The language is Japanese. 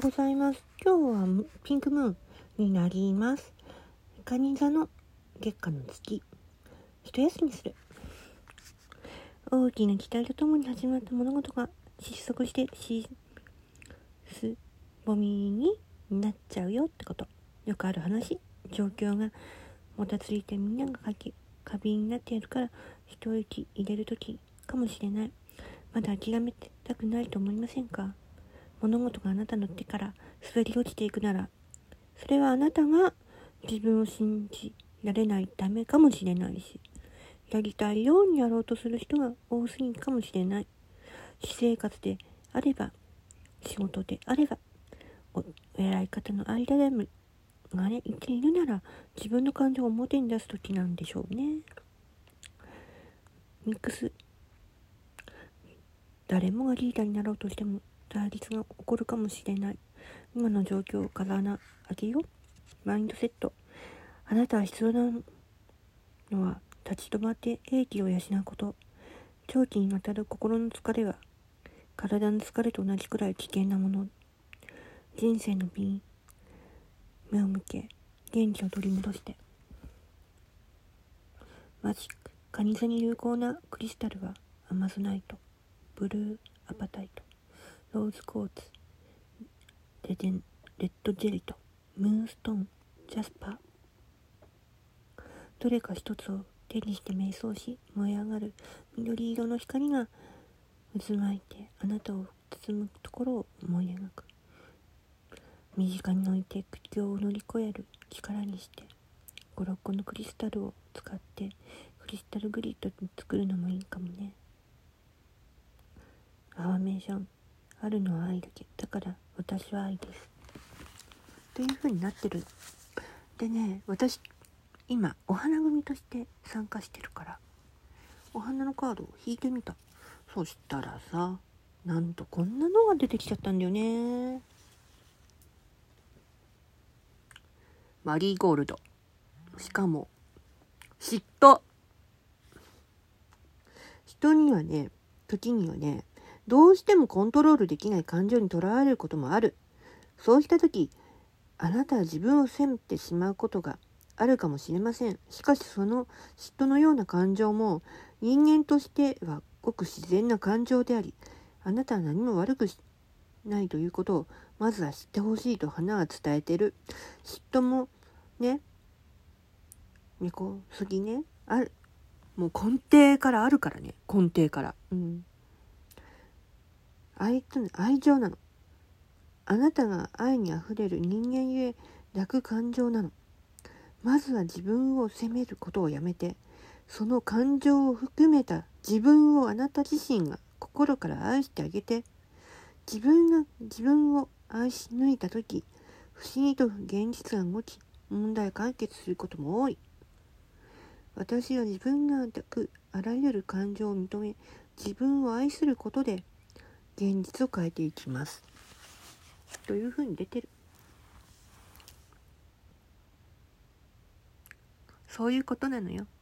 ございます。今日はピンクムーンになります。蟹座の月下の月、一休みする。大きな期待とともに始まった物事が失速してすぼみになっちゃうよってこと。よくある話。状況がもたついてみんなが過敏になってやるから一息入れる時かもしれない。まだ諦めたくないと思いませんか？物事があなたの手から滑り落ちていくなら、それはあなたが自分を信じられないためかもしれないし、やりたいようにやろうとする人が多すぎるかもしれない。私生活であれば、仕事であれば、お偉い方の間でもがね、言っているなら、自分の感情を表に出す時なんでしょうね。ミックス。誰もがリーダーになろうとしても対立が起こるかもしれない。今の状況を風穴上げよ。マインドセット。あなたは必要なのは立ち止まって英気を養うこと。長期にわたる心の疲れは体の疲れと同じくらい危険なもの。人生の美に目を向け、元気を取り戻して。マジック。蟹座に有効なクリスタルはアマゾナイト、ブルーアパタイト、ローズコーツ、レッドジェリト、ムーンストーン、ジャスパー。どれか一つを手にして瞑想し、燃え上がる緑色の光が渦巻いてあなたを包むところを思い描く。身近に置いて苦境を乗り越える力にして、5、6個のクリスタルを使ってクリスタルグリッドに作るのもいいかもね。アファメーション。あるのは愛だけ。だから私は愛です。という風になってる。でね、私今お花組として参加してるから、お花のカードを引いてみた。そしたらさ、なんとこんなのが出てきちゃったんだよね。マリーゴールド。しかも嫉妬。人にはね、時にはね、どうしてもコントロールできない感情にとらわれることもある。そうした時、あなたは自分を責めてしまうことがあるかもしれません。しかしその嫉妬のような感情も人間としてはごく自然な感情であり、あなたは何も悪くないということをまずは知ってほしいと花は伝えてる。嫉妬もね、根ね、ある。もう根底からあるからね。根底から。愛情なの。あなたが愛にあふれる人間ゆえ抱く感情なの。まずは自分を責めることをやめて、その感情を含めた自分をあなた自身が心から愛してあげて、自分が自分を愛し抜いたとき、不思議と現実が動き、問題解決することも多い。私は自分が抱くあらゆる感情を認め、自分を愛することで現実を変えていきます。というふうに出てる。そういうことなのよ。